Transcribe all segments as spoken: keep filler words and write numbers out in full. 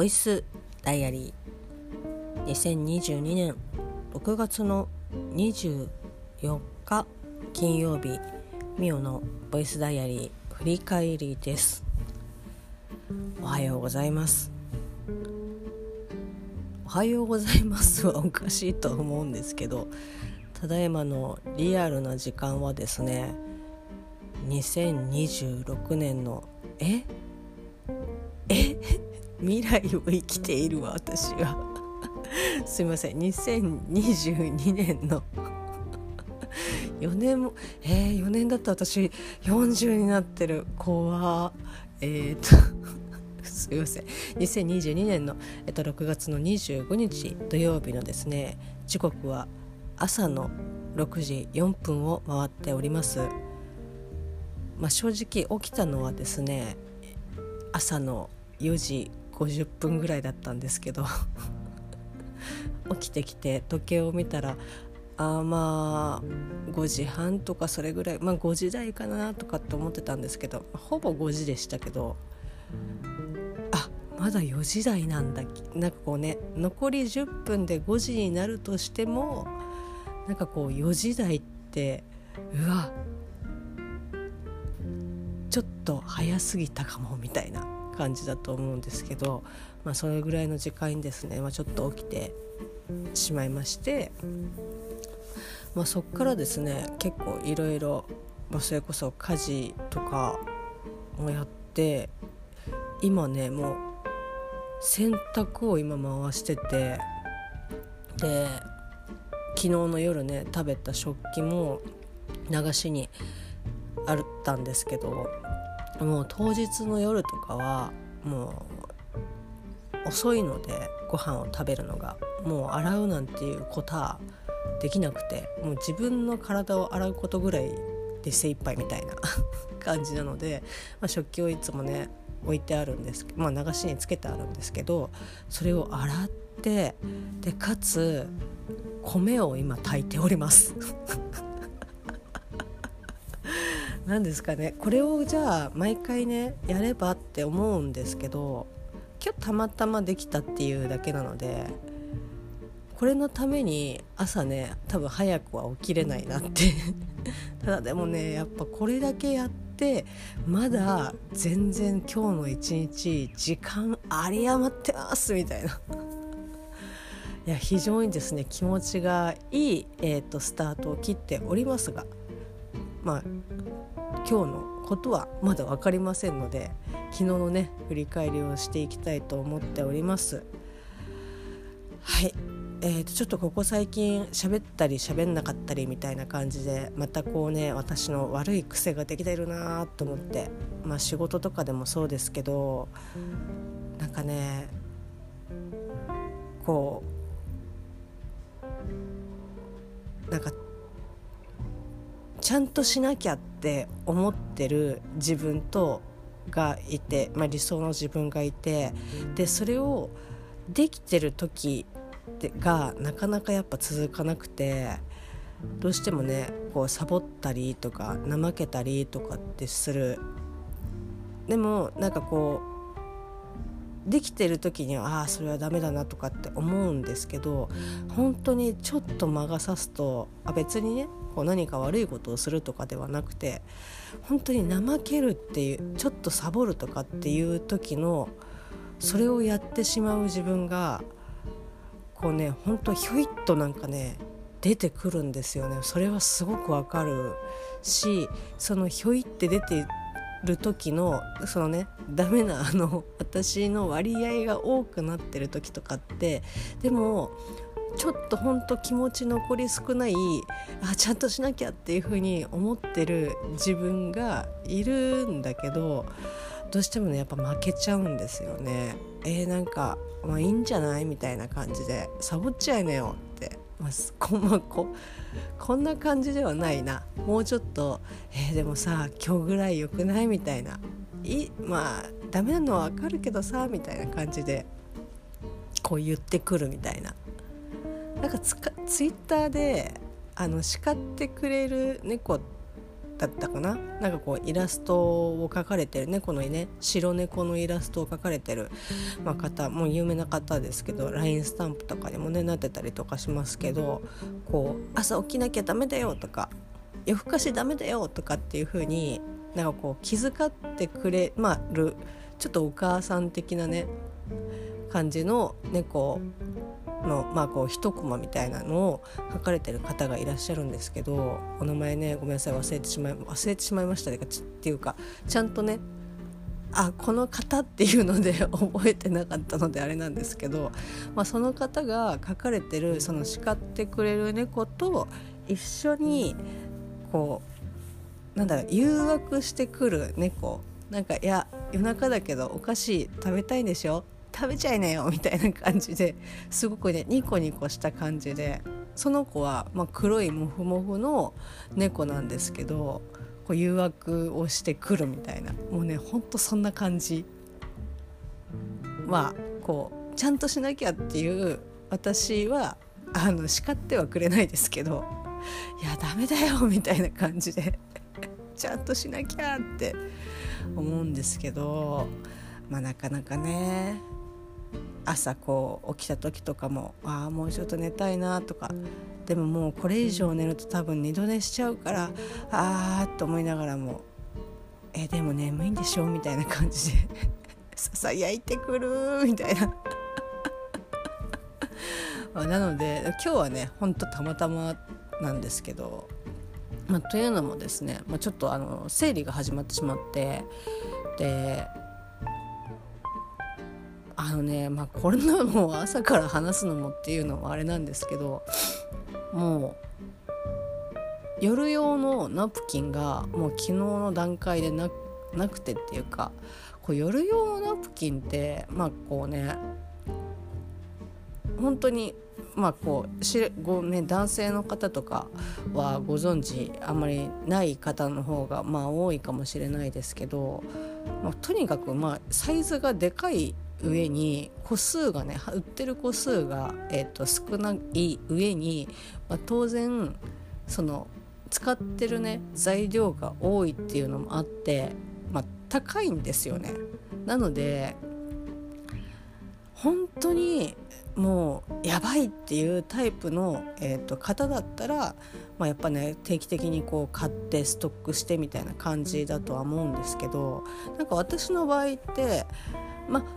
ボイスダイアリーにせんにじゅうにねんろくがつのにじゅうよっか金曜日、ミオのボイスダイアリー振り返りです。おはようございます。おはようございますはおかしいと思うんですけど、ただいまのリアルな時間はですね、にせんにじゅうろくねんのええ未来を生きているわ私はすいません、にせんにじゅうにねんのよねんもえー、よねんだったら私よんじゅうになってる。怖えー、っとすいません、にせんにじゅうにねんの、えっと、ろくがつのにじゅうごにち土曜日のですね、時刻は朝のろくじよんぷんを回っております。まあ、正直起きたのはですね、朝のよじごじゅっぷんぐらいだったんですけど起きてきて時計を見たら、あまあごじはんとかそれぐらい、まあごじ台かなとかって思ってたんですけど、ほぼごじでしたけど、あまだよじ台なんだ。なんかこうね、残りじゅっぷんでごじになるとしても、なんかこうよじ台ってうわちょっと早すぎたかもみたいな感じだと思うんですけど、まあ、それぐらいの時間にですね、まあ、ちょっと起きてしまいまして、まあ、そっからですね結構いろいろそれこそ家事とかもやって、今ねもう洗濯を今回してて、で昨日の夜ね食べた食器も流しにあったんですけど、もう当日の夜とかはもう遅いのでご飯を食べるのが、もう洗うなんていうことはできなくて、もう自分の体を洗うことぐらいで精一杯みたいな感じなので、まあ、食器をいつもね置いてあるんですけど、まあ、流しにつけてあるんですけど、それを洗って、でかつ米を今炊いておりますなんですかね、これをじゃあ毎回ねやればって思うんですけど、今日たまたまできたっていうだけなので、これのために朝ね多分早くは起きれないなってただでもね、やっぱこれだけやってまだ全然今日の一日時間有り余ってますみたいないや非常にですね気持ちがいい、えーと、スタートを切っておりますが、まあ今日のことはまだ分かりませんので、昨日のね振り返りをしていきたいと思っております。はい、えー、とちょっとここ最近喋ったり喋んなかったりみたいな感じで、またこうね私の悪い癖ができているなと思って、まあ仕事とかでもそうですけど、なんかねこうなんかちゃんとしなきゃって思ってる自分とがいて、まあ、理想の自分がいて、でそれをできてる時がなかなかやっぱ続かなくて、どうしてもねこうサボったりとか怠けたりとかってする。でもなんかこうできてる時にはああそれはダメだなとかって思うんですけど、本当にちょっと間が差すと、あ別にねこう何か悪いことをするとかではなくて、本当に怠けるっていう、ちょっとサボるとかっていう時のそれをやってしまう自分がこうね本当ひょいっとなんかね出てくるんですよね。それはすごくわかるし、そのひょいって出てる時のそのねダメなあの私の割合が多くなってる時とかって、でもちょっとほんと気持ち残り少ない、あちゃんとしなきゃっていう風に思ってる自分がいるんだけど、どうしてもねやっぱ負けちゃうんですよね。えー、なんか、まあ、いいんじゃないみたいな感じでサボっちゃいなよって、まあ、こ, まあ、こ, こんな感じではないな、もうちょっと、えー、でもさ今日ぐらい良くないみたいな、いまあダメなのは分かるけどさみたいな感じでこう言ってくるみたいな。なんかツイッターであの叱ってくれる猫だったかな、なんかこうイラストを描かれてる猫のね、白猫のイラストを描かれてる、まあ、方もう有名な方ですけど、 ライン スタンプとかにもねなってたりとかしますけど、こう朝起きなきゃダメだよとか夜更かしダメだよとかっていう風になんかこう気遣ってくれまるちょっとお母さん的なね感じの猫の、まあ、こう一コマみたいなのを書かれてる方がいらっしゃるんですけど、お名前ねごめんなさい忘れてしまい忘れてしまいましたねっていうか、ちゃんとねあこの方っていうので覚えてなかったのであれなんですけど、まあ、その方が書かれてるその叱ってくれる猫と一緒にこうなんだろう誘惑してくる猫、なんかいや夜中だけどお菓子食べたいんでしょ、食べちゃいなよみたいな感じですごくねニコニコした感じで、その子は、まあ、黒いモフモフの猫なんですけど、こう誘惑をしてくるみたいな、もうねほんとそんな感じ。まあこうちゃんとしなきゃっていう私はあの叱ってはくれないですけど、いやダメだよみたいな感じでちゃんとしなきゃって思うんですけど、まあなかなかね朝こう起きた時とかもああもうちょっと寝たいなとか、でももうこれ以上寝ると多分二度寝しちゃうからあーっと思いながらもえでも眠いんでしょみたいな感じでささやいてくるみたいなまあなので今日はねほんとたまたまなんですけど、まあ、というのもですね、まあ、ちょっとあの生理が始まってしまって、であのねまあこれなのを朝から話すのもっていうのもあれなんですけど、もう夜用のナプキンがもう昨日の段階で な, なくてっていうか、こう夜用のナプキンってまあこうね本当にまあこうしご、ね、男性の方とかはご存知あんまりない方の方がまあ多いかもしれないですけど、まあ、とにかくまあサイズがでかい上に個数がね売ってる個数が、えー、と少ない上に、まあ、当然その使ってるね材料が多いっていうのもあって、まあ、高いんですよね。なので本当にもうやばいっていうタイプの、えー、と方だったら、まあ、やっぱね定期的にこう買ってストックしてみたいな感じだとは思うんですけど、なんか私の場合ってまあ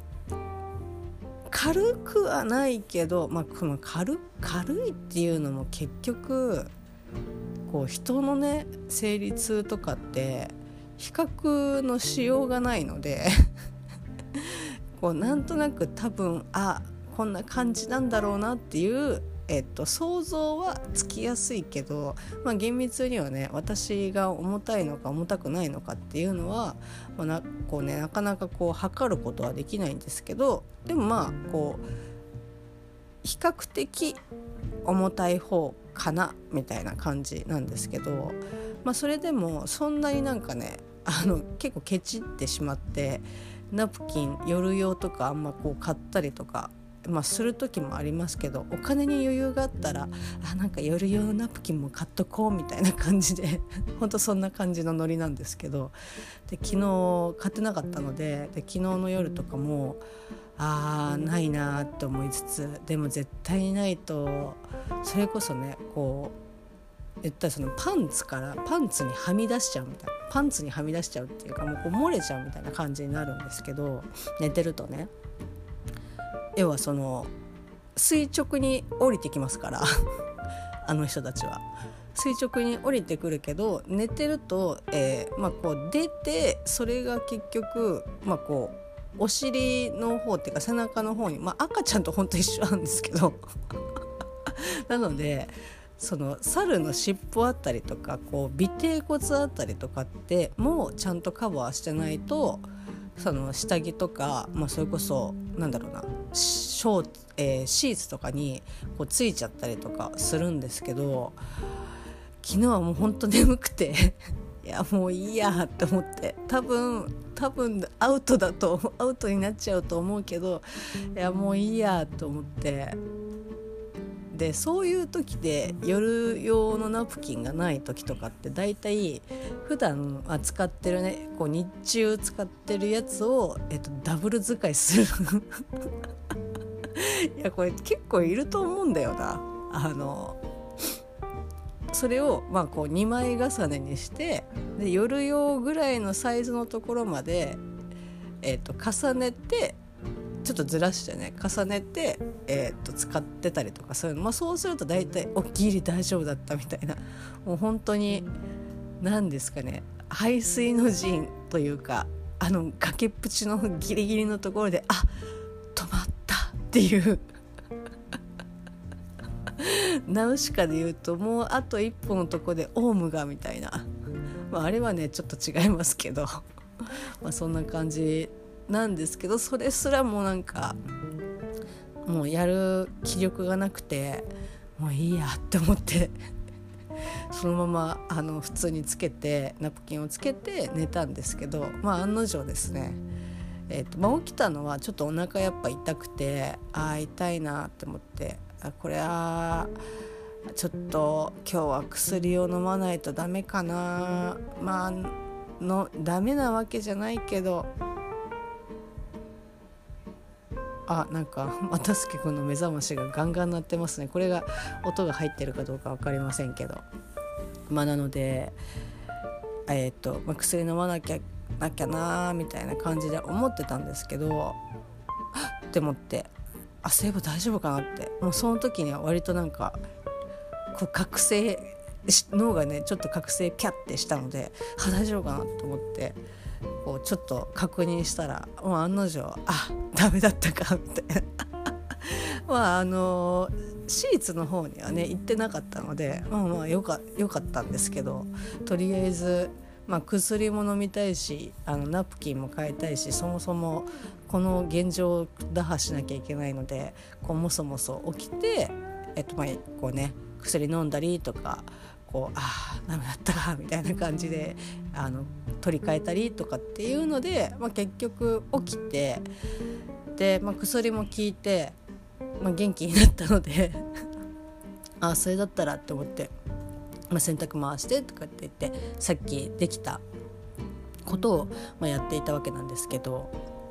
軽くはないけど、まあ、この 軽, 軽いっていうのも結局こう人のね生理痛とかって比較のしようがないのでこうなんとなく多分あこんな感じなんだろうなっていう、えっと、想像はつきやすいけど、まあ、厳密にはね私が重たいのか重たくないのかっていうのは、まあ、な, こうね、なかなかこう測ることはできないんですけど、でもまあこう比較的重たい方かなみたいな感じなんですけど、まあ、それでもそんなになんかねあの結構ケチってしまってナプキン夜用とかあんまこう買ったりとか、まあ、する時もありますけど、お金に余裕があったらあなんか夜用ナプキンも買っとこうみたいな感じでほんとそんな感じのノリなんですけど、で昨日買ってなかったの で, で昨日の夜とかもあーないなって思いつつ、でも絶対にないとそれこそねこう言ったらそのパンツからパンツにはみ出しちゃうみたいな、パンツにはみ出しちゃうっていうかもうこう漏れちゃうみたいな感じになるんですけど、寝てるとね要はその垂直に降りてきますからあの人たちは垂直に降りてくるけど、寝てると、えーまあ、こう出てそれが結局、まあ、こうお尻の方っていうか背中の方に、まあ、赤ちゃんと本当一緒なんですけどなのでその猿の尻尾あたりとかこう尾てい骨あたりとかってもうちゃんとカバーしてないと、その下着とか、まあ、それこそなんだろうなショー、えー、シーツとかにこうついちゃったりとかするんですけど、昨日はもうほんと眠くていやもういいやって思って、多分多分アウトだとアウトになっちゃうと思うけど、いやもういいやと思ってでそういう時で夜用のナプキンがない時とかってだいたい普段使ってるねこう日中使ってるやつを、えっと、ダブル使いするいやこれ結構いると思うんだよな。あのそれをまあこうにまい重ねにしてで夜用ぐらいのサイズのところまで、えっと、重ねてちょっとずらしてね重ねて、えー、と使ってたりとかそういうの、まあ、そうすると大体おギリ大丈夫だったみたいなもう本当に何ですかね背水の陣というかあの崖っぷちのギリギリのところであ止まったっていうナウシカで言うともうあと一歩のところでオウムがみたいな、まあ、あれはねちょっと違いますけどまあそんな感じなんですけどそれすらもなんかもうやる気力がなくてもういいやって思ってそのままあの普通につけてナプキンをつけて寝たんですけど、まあ、案の定ですね、えーとまあ、起きたのはちょっとお腹やっぱ痛くてあー痛いなって思ってあこれはちょっと今日は薬を飲まないとダメかなまあのダメなわけじゃないけどあなんか又助君の目覚ましがガンガン鳴ってますね。これが音が入ってるかどうか分かりませんけどまあなのでえー、っと、まあ、薬飲まなきゃなきゃなみたいな感じで思ってたんですけどって思ってあそういえば大丈夫かなってもうその時には割となんかこう覚醒脳がねちょっと覚醒ピャッてしたのであ大丈夫かなと思ってこうちょっと確認したらもう案の定あダメだったかみたいなまああのシーツの方にはね行ってなかったのでまあまあよか、よかったんですけどとりあえず、まあ、薬も飲みたいしあのナプキンも変えたいしそもそもこの現状を打破しなきゃいけないのでこうもそもそ起きて、えっとまあこうね、薬飲んだりとかこうあーダメだったかみたいな感じであの取り替えたりとかっていうので、まあ、結局起きてで、まあ、薬も効いて、まあ、元気になったのであそれだったらって思って、まあ、洗濯回してとかって言ってさっきできたことを、まあ、やっていたわけなんですけど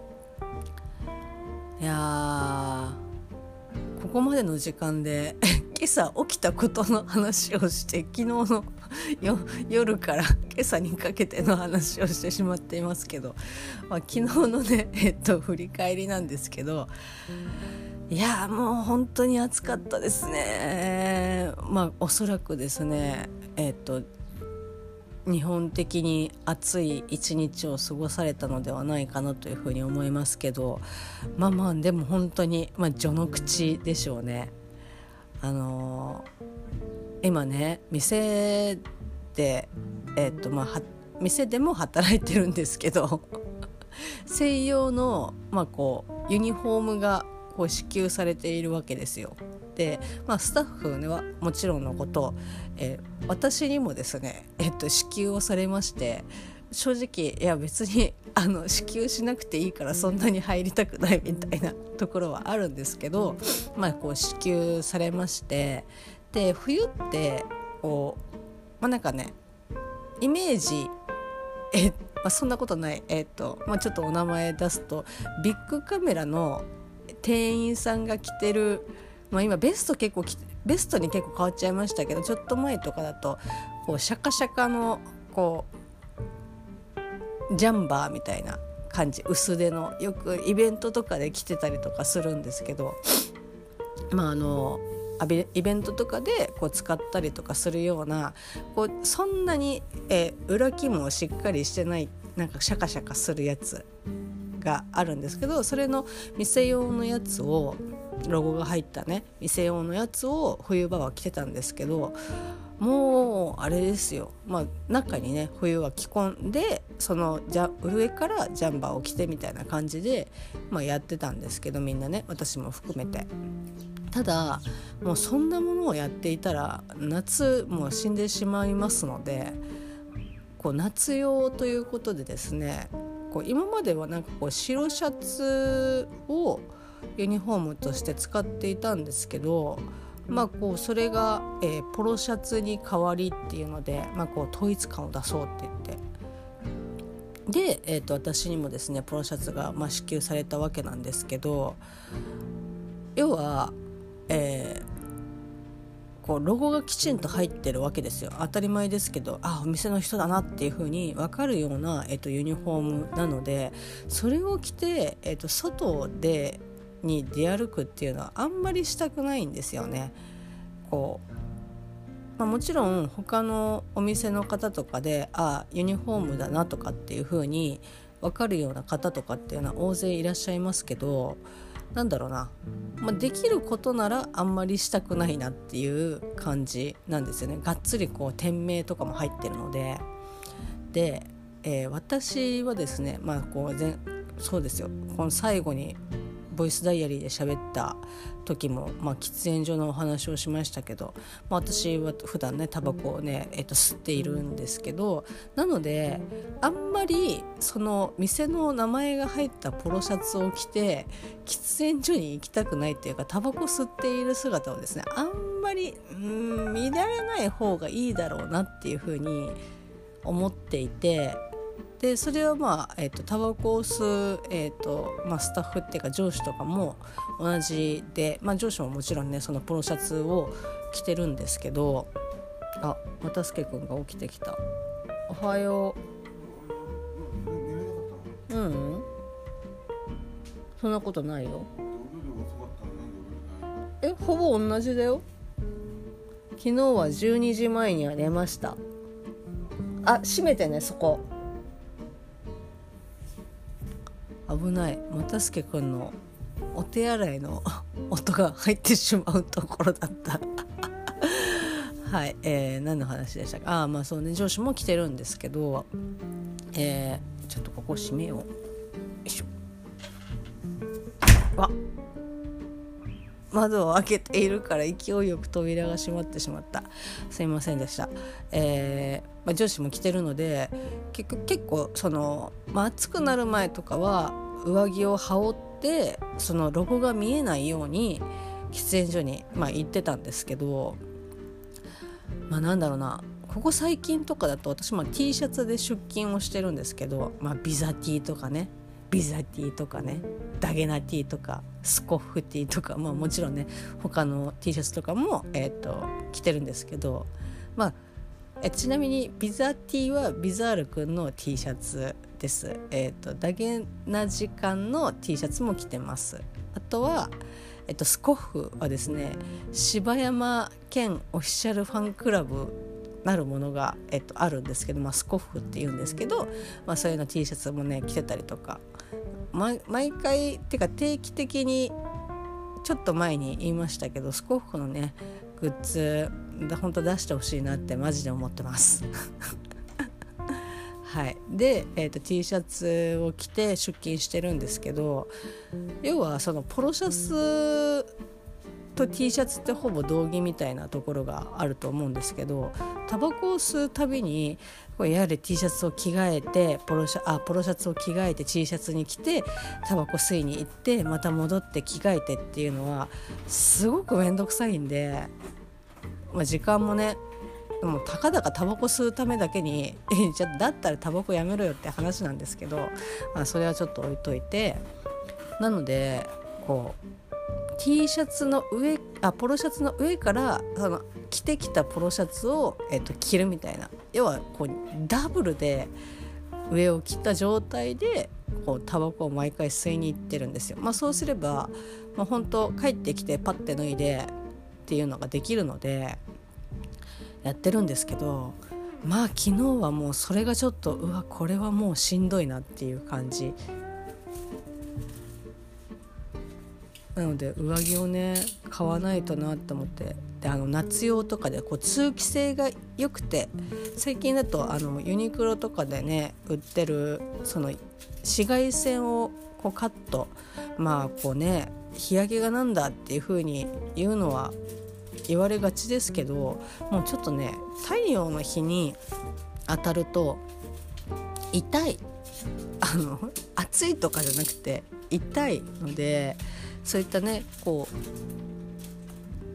いやここまでの時間で今朝起きたことの話をして昨日の夜から今朝にかけての話をしてしまっていますけど、まあ、昨日のね、えっと、振り返りなんですけどいやもう本当に暑かったですね。まあおそらくですねえっと日本的に暑い一日を過ごされたのではないかなというふうに思いますけどまあまあでも本当に、まあ、序の口でしょうね。あのー、今ね店で、えーっとまあ、は店でも働いてるんですけど専用の、まあ、こうユニフォームがこう支給されているわけですよ。で、まあ、スタッフ、ね、はもちろんのこと、えー、私にもですね、えっと、支給をされまして正直いや別にあの支給しなくていいからそんなに入りたくないみたいなところはあるんですけど、まあ、こう支給されましてで冬ってこう、まあ、なんかねイメージえ、まあ、そんなことない、えっとまあ、ちょっとお名前出すとビッグカメラの店員さんが着てる、まあ、今ベスト結構着てベストに結構変わっちゃいましたけどちょっと前とかだとこうシャカシャカのこうジャンバーみたいな感じ薄手のよくイベントとかで着てたりとかするんですけどまああのイベントとかでこう使ったりとかするようなこうそんなに、えー、裏肝をしっかりしてないなんかシャカシャカするやつがあるんですけどそれの店用のやつをロゴが入ったね店用のやつを冬場は着てたんですけどもうあれですよ、まあ、中にね冬は着込んでそのじゃ上からジャンバーを着てみたいな感じで、まあ、やってたんですけどみんなね私も含めてただもうそんなものをやっていたら夏もう死んでしまいますのでこう夏用ということでですねこう今まではなんかこう白シャツをユニフォームとして使っていたんですけどまあこうそれが、えー、ポロシャツに代わりっていうので、まあ、こう統一感を出そうって言ってで、えー、と私にもですねポロシャツが、まあ、支給されたわけなんですけど、要は、えーこうロゴがきちんと入ってるわけですよ。当たり前ですけど、あ、お店の人だなっていう風に分かるような、えっと、ユニフォームなので、それを着て、えっと、外でに出歩くっていうのはあんまりしたくないんですよね。こう、まあ、もちろん他のお店の方とかで、あ、ユニフォームだなとかっていう風に分かるような方とかっていうのは大勢いらっしゃいますけど、なんだろうな、まあ、できることならあんまりしたくないなっていう感じなんですよね。がっつりこう店名とかも入ってるので。で、えー、私はですね、まあこうぜそうですよ、この最後にボイスダイアリーで喋った時も、まあ、喫煙所のお話をしましたけど、まあ、私は普段ねタバコをね、えっと、吸っているんですけど、なのであんまりその店の名前が入ったポロシャツを着て喫煙所に行きたくないっていうか、タバコ吸っている姿をですねあんまりうーん見られない方がいいだろうなっていうふうに思っていて、でそれはまあ、えーと、タバコを吸う、えーとまあ、スタッフっていうか上司とかも同じで、まあ、上司ももちろんねそのポロシャツを着てるんですけど、あ、またすけくんが起きてきた。おはよう。うん、そんなことないよ。え、ほぼ同じだよ。昨日はじゅうにじまえには寝ました。あ、閉めてねそこ。危ない、またすけくんのお手洗いの音が入ってしまうところだったはい、えー、何の話でしたか。あ、まあそうね、上司も来てるんですけど、えー、ちょっとここ閉めよう。よいしょ。あ、窓を開けているから勢いよく扉が閉まってしまった。すいませんでした。えーまあ、上司も着てるので結構、結構その、まあ、暑くなる前とかは上着を羽織ってそのロゴが見えないように喫煙所に、まあ、行ってたんですけど、まあ、なんだろうな、ここ最近とかだと私も T シャツで出勤をしてるんですけど、まあ、ビザ T とかねビザ T とかねダゲナ T とかスコッフ T とか、まあ、もちろんね他の T シャツとかも、えー、と着てるんですけど、まあ、えちなみにビザ T はビザールくんの T シャツです。えー、とダゲナ時間の T シャツも着てます。あとは、えっと、スコッフはですね柴山県オフィシャルファンクラブなるものが、えっと、あるんですけど、まあ、スコッフっていうんですけど、まあ、そういうの T シャツもね着てたりとか、ま、毎回っていうか定期的にちょっと前に言いましたけど、スコッフのねグッズ本当出してほしいなってマジで思ってますはい、で、えーと、T シャツを着て出勤してるんですけど、要はそのポロシャツと T シャツってほぼ同義みたいなところがあると思うんですけど、タバコを吸うたびにこれやはり T シャツを着替えてポロシャ、あ、ポロシャツを着替えて T シャツに着てタバコ吸いに行ってまた戻って着替えてっていうのはすごくめんどくさいんで、まあ、時間もねもうたかだかタバコ吸うためだけにじゃだったらタバコやめろよって話なんですけど、まあ、それはちょっと置いといて、なのでこう T シャツの上あポロシャツの上からその着てきたポロシャツを、えっと、着るみたいな、要はこうダブルで上を着た状態でこうタバコを毎回吸いに行ってるんですよ。まあ、そうすれば、まあ、本当帰ってきてパッて脱いでっていうのができるのでやってるんですけど、まあ昨日はもうそれがちょっとうわこれはもうしんどいなっていう感じなので上着をね買わないとなと思って、であの夏用とかでこう通気性が良くて、最近だとあのユニクロとかでね売ってるその紫外線をこうカット、まあこうね日焼けがなんだっていう風に言うのは言われがちですけど、もうちょっとね太陽の日に当たると痛い、あの暑いとかじゃなくて痛いので、そういったねこ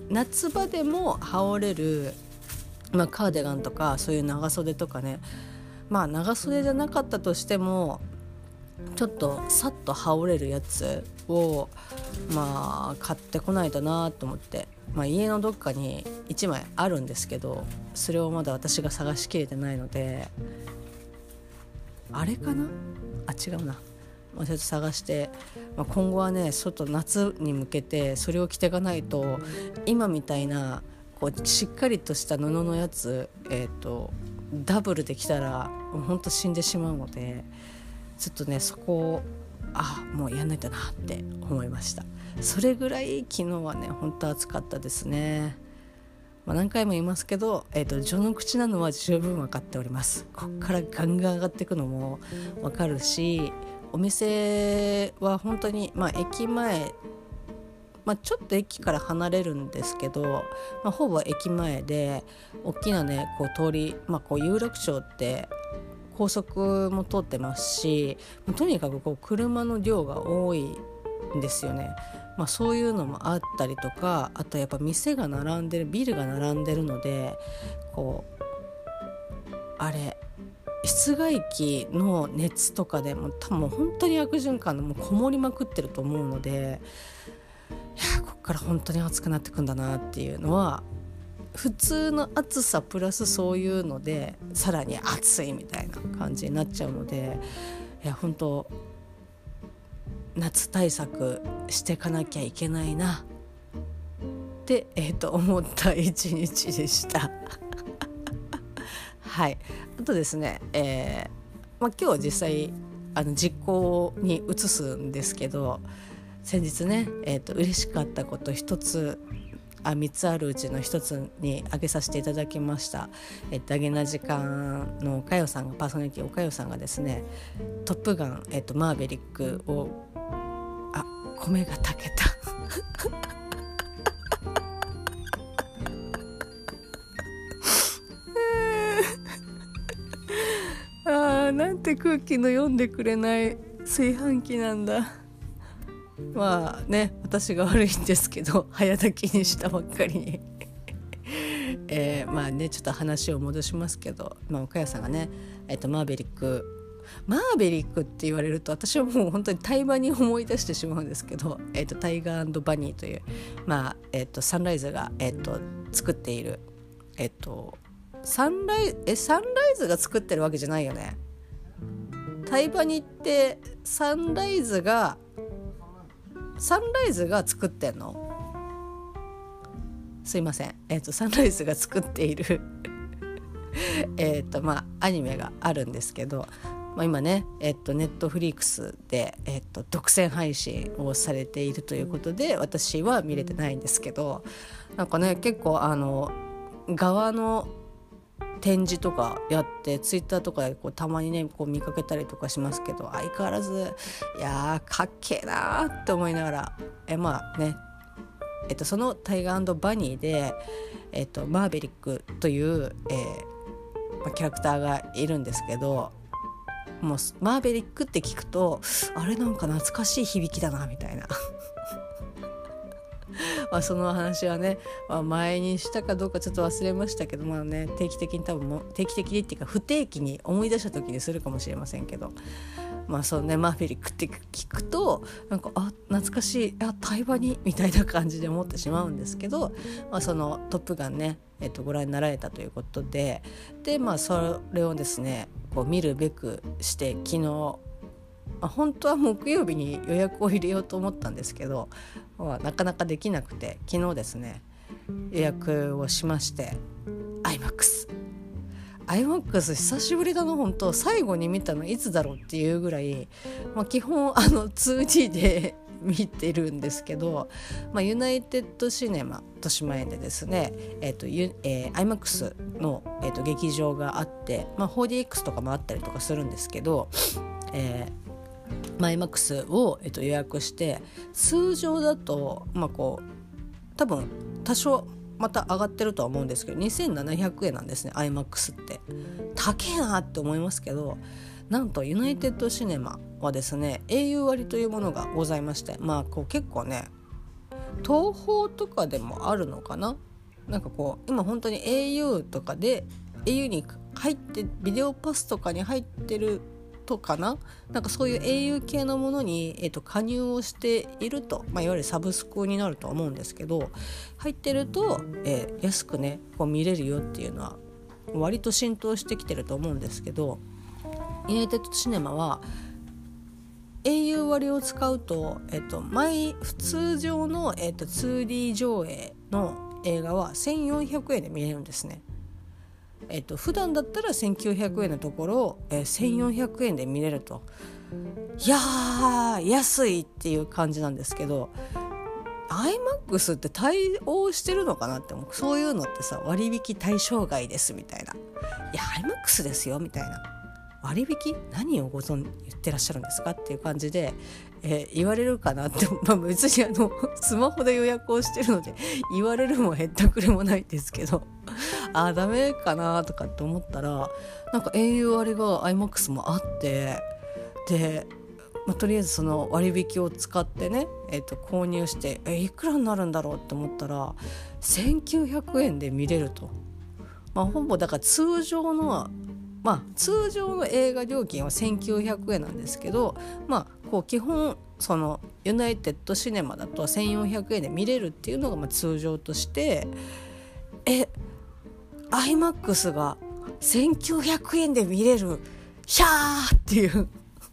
夏場でも羽織れる、まあ、カーディガンとかそういう長袖とかね、まあ長袖じゃなかったとしてもちょっとさっと羽織れるやつをまあ買ってこないとなと思って、まあ、家のどっかにいちまいあるんですけど、それをまだ私が探しきれてないので、あれかなあ違うなもうちょっと探して、まあ、今後はね外夏に向けてそれを着ていかないと、今みたいなこうしっかりとした布のやつ、えーと、ダブルで着たらもうほんと死んでしまうので、ちょっとねそこをあもうやんないとなって思いました。それぐらい昨日はね本当暑かったですね。まあ、何回も言いますけど、えーと、序の口なのは十分分かっております。こっからガンガン上がっていくのも分かるし、お店は本当に、まあ、駅前、まあ、ちょっと駅から離れるんですけど、まあ、ほぼ駅前で大きなねこう通り、まあ、こう有楽町って高速も通ってますし、とにかくこう車の量が多いんですよね。まあ、そういうのもあったりとか、あとやっぱ店が並んでる、ビルが並んでるので、こうあれ室外機の熱とかでも多分本当に悪循環でもこもりまくってると思うので、いやこっから本当に暑くなってくんだなっていうのは、普通の暑さプラスそういうのでさらに暑いみたいな感じになっちゃうので、いや本当夏対策していかなきゃいけないなって、えー、と思った一日でしたはい。あとですね、えーまあ、今日実際あの実行に移すんですけど、先日ね、えー、と嬉しかったこと一つあみっつあるうちの一つに挙げさせていただきました。えー、ダゲな時間のおかよさんがパーソナリティおかよさんがですね、トップガン、えー、とマーベリックをあ米が炊けたあーなんて空気の読んでくれない炊飯器なんだ。まあね私が悪いんですけど、早炊きにしたばっかりにえー、まあねちょっと話を戻しますけど、まあ、岡谷さんがね、えー、とマーベリックマーベリックって言われると私はもう本当にタイバニーを思い出してしまうんですけど、えー、とタイガー&バニーという、まあえー、とサンライズが、えー、と作っている、えっ、ー、とサンライえサンライズが作ってるわけじゃないよね。タイバニーってサンライズがサンライズが作ってんの？すいません、えー、とサンライズが作っているえっとまあアニメがあるんですけど、まあ、今ねえっ、ー、とネットフリックスで、えー、と独占配信をされているということで私は見れてないんですけど、なんかね結構あの側の展示とかやってツイッターとかでこうたまにねこう見かけたりとかしますけど、相変わらずいやーかっけーなーって思いながらえまあねえっとそのタイガー&バニーでえっとマーベリックという、えーまあ、キャラクターがいるんですけど、もうマーベリックって聞くとあれなんか懐かしい響きだなみたいなまあその話はね、まあ、前にしたかどうかちょっと忘れましたけど、まあね定期的に多分も定期的にっていうか不定期に思い出した時にするかもしれませんけど、まあそうねマーベリックって聞くとなんかあ懐かしいあタイバニみたいな感じで思ってしまうんですけど、まあ、そのトップガンね、えっと、ご覧になられたということででまあそれをですねこう見るべくして昨日まあ、本当は木曜日に予約を入れようと思ったんですけど、まあ、なかなかできなくて昨日ですね予約をしまして アイマックス アイマックス 久しぶりだな。本当最後に見たのいつだろうっていうぐらい、まあ、基本あの ツーディー で見てるんですけど、まあ、ユナイテッドシネマ豊島園でですね、えーとえー、アイマックス の、えーと劇場があって、まあ、フォーディーエックス とかもあったりとかするんですけど、えーマイマックスを、えっと、予約して通常だと、まあ、こう多分多少また上がってるとは思うんですけどにせんななひゃくえんなんですね アイマックス って高えなって思いますけど、なんとユナイテッドシネマはですね エーユー 割というものがございまして、まあこう結構ね東宝とかでもあるのかな。なんかこう今本当に エーユー とかで エーユー に入ってビデオパスとかに入ってるとかな、なんかそういう エーユー 系のものに、えー、と加入をしていると、まあ、いわゆるサブスクになると思うんですけど、入ってると、えー、安くねこう見れるよっていうのは割と浸透してきてると思うんですけど、ユナイテッドシネマは エーユー 割を使うと、えー、と毎通常の、えー、と ツーディー 上映の映画はせんよんひゃくえんで見れるんですね。えっと、普段だったらせんきゅうひゃくえんのところ、えー、せんよんひゃくえんで見れると、いやー安いっていう感じなんですけど、 アイマックス って対応してるのかなって思う。そういうのってさ、割引対象外ですみたいな、いや アイマックス ですよみたいな、割引何をご存言ってらっしゃるんですかっていう感じで、えー、言われるかなって、まあ、別にあのスマホで予約をしてるので言われるもへったくれもないんですけどあーダメかなとかって思ったら、なんか エーユー 割が アイマックス もあって、で、まあ、とりあえずその割引を使ってね、えー、と購入して、えー、いくらになるんだろうって思ったらせんきゅうひゃくえんで見れると、まあ、ほぼだから通常のまあ、通常の映画料金はせんきゅうひゃくえんなんですけど、まあ、こう基本そのユナイテッドシネマだとせんよんひゃくえんで見れるっていうのがまあ通常として、え アイマックス がせんきゅうひゃくえんで見れる、ひゃーっていう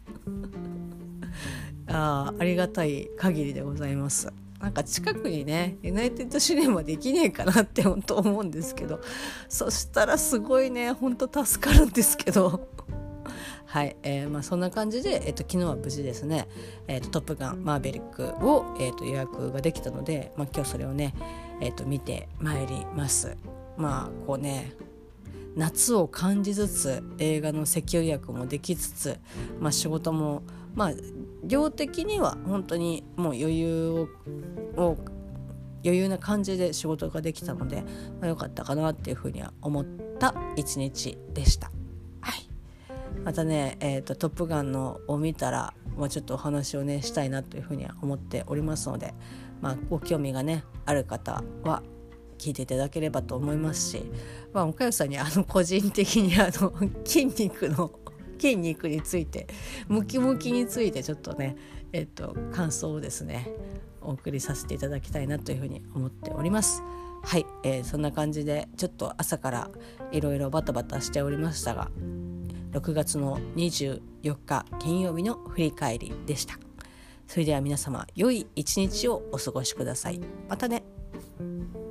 あ, ありがたい限りでございます。なんか近くにねユナイテッドシネマできねえかなって本当思うんですけど、そしたらすごいね本当助かるんですけどはい、えーまあ、そんな感じで、えー、と昨日は無事ですね、えー、とトップガンマーヴェリックを、えー、と予約ができたので、まあ、今日それをね、えー、と見てまいります。まあこうね夏を感じつつ映画の席予約もできつつ、まあ、仕事もまあ量的には本当にもう余裕を, を余裕な感じで仕事ができたので、まあ、よかったかなっていうふうには思った一日でした。はい、またね、えーと、トップガンのを見たらもうちょっとお話をねしたいなというふうには思っておりますので、まあ、ご興味がねある方は聞いていただければと思いますし、まあ、岡代さんにあの個人的にあの筋肉の筋肉についてムキムキについてちょっとね、えっと、感想をですねお送りさせていただきたいなというふうに思っております。はい、えー、そんな感じでちょっと朝からいろいろバタバタしておりましたが、ろくがつのにじゅうよっか金曜日の振り返りでした。それでは皆様良い一日をお過ごしください。またね。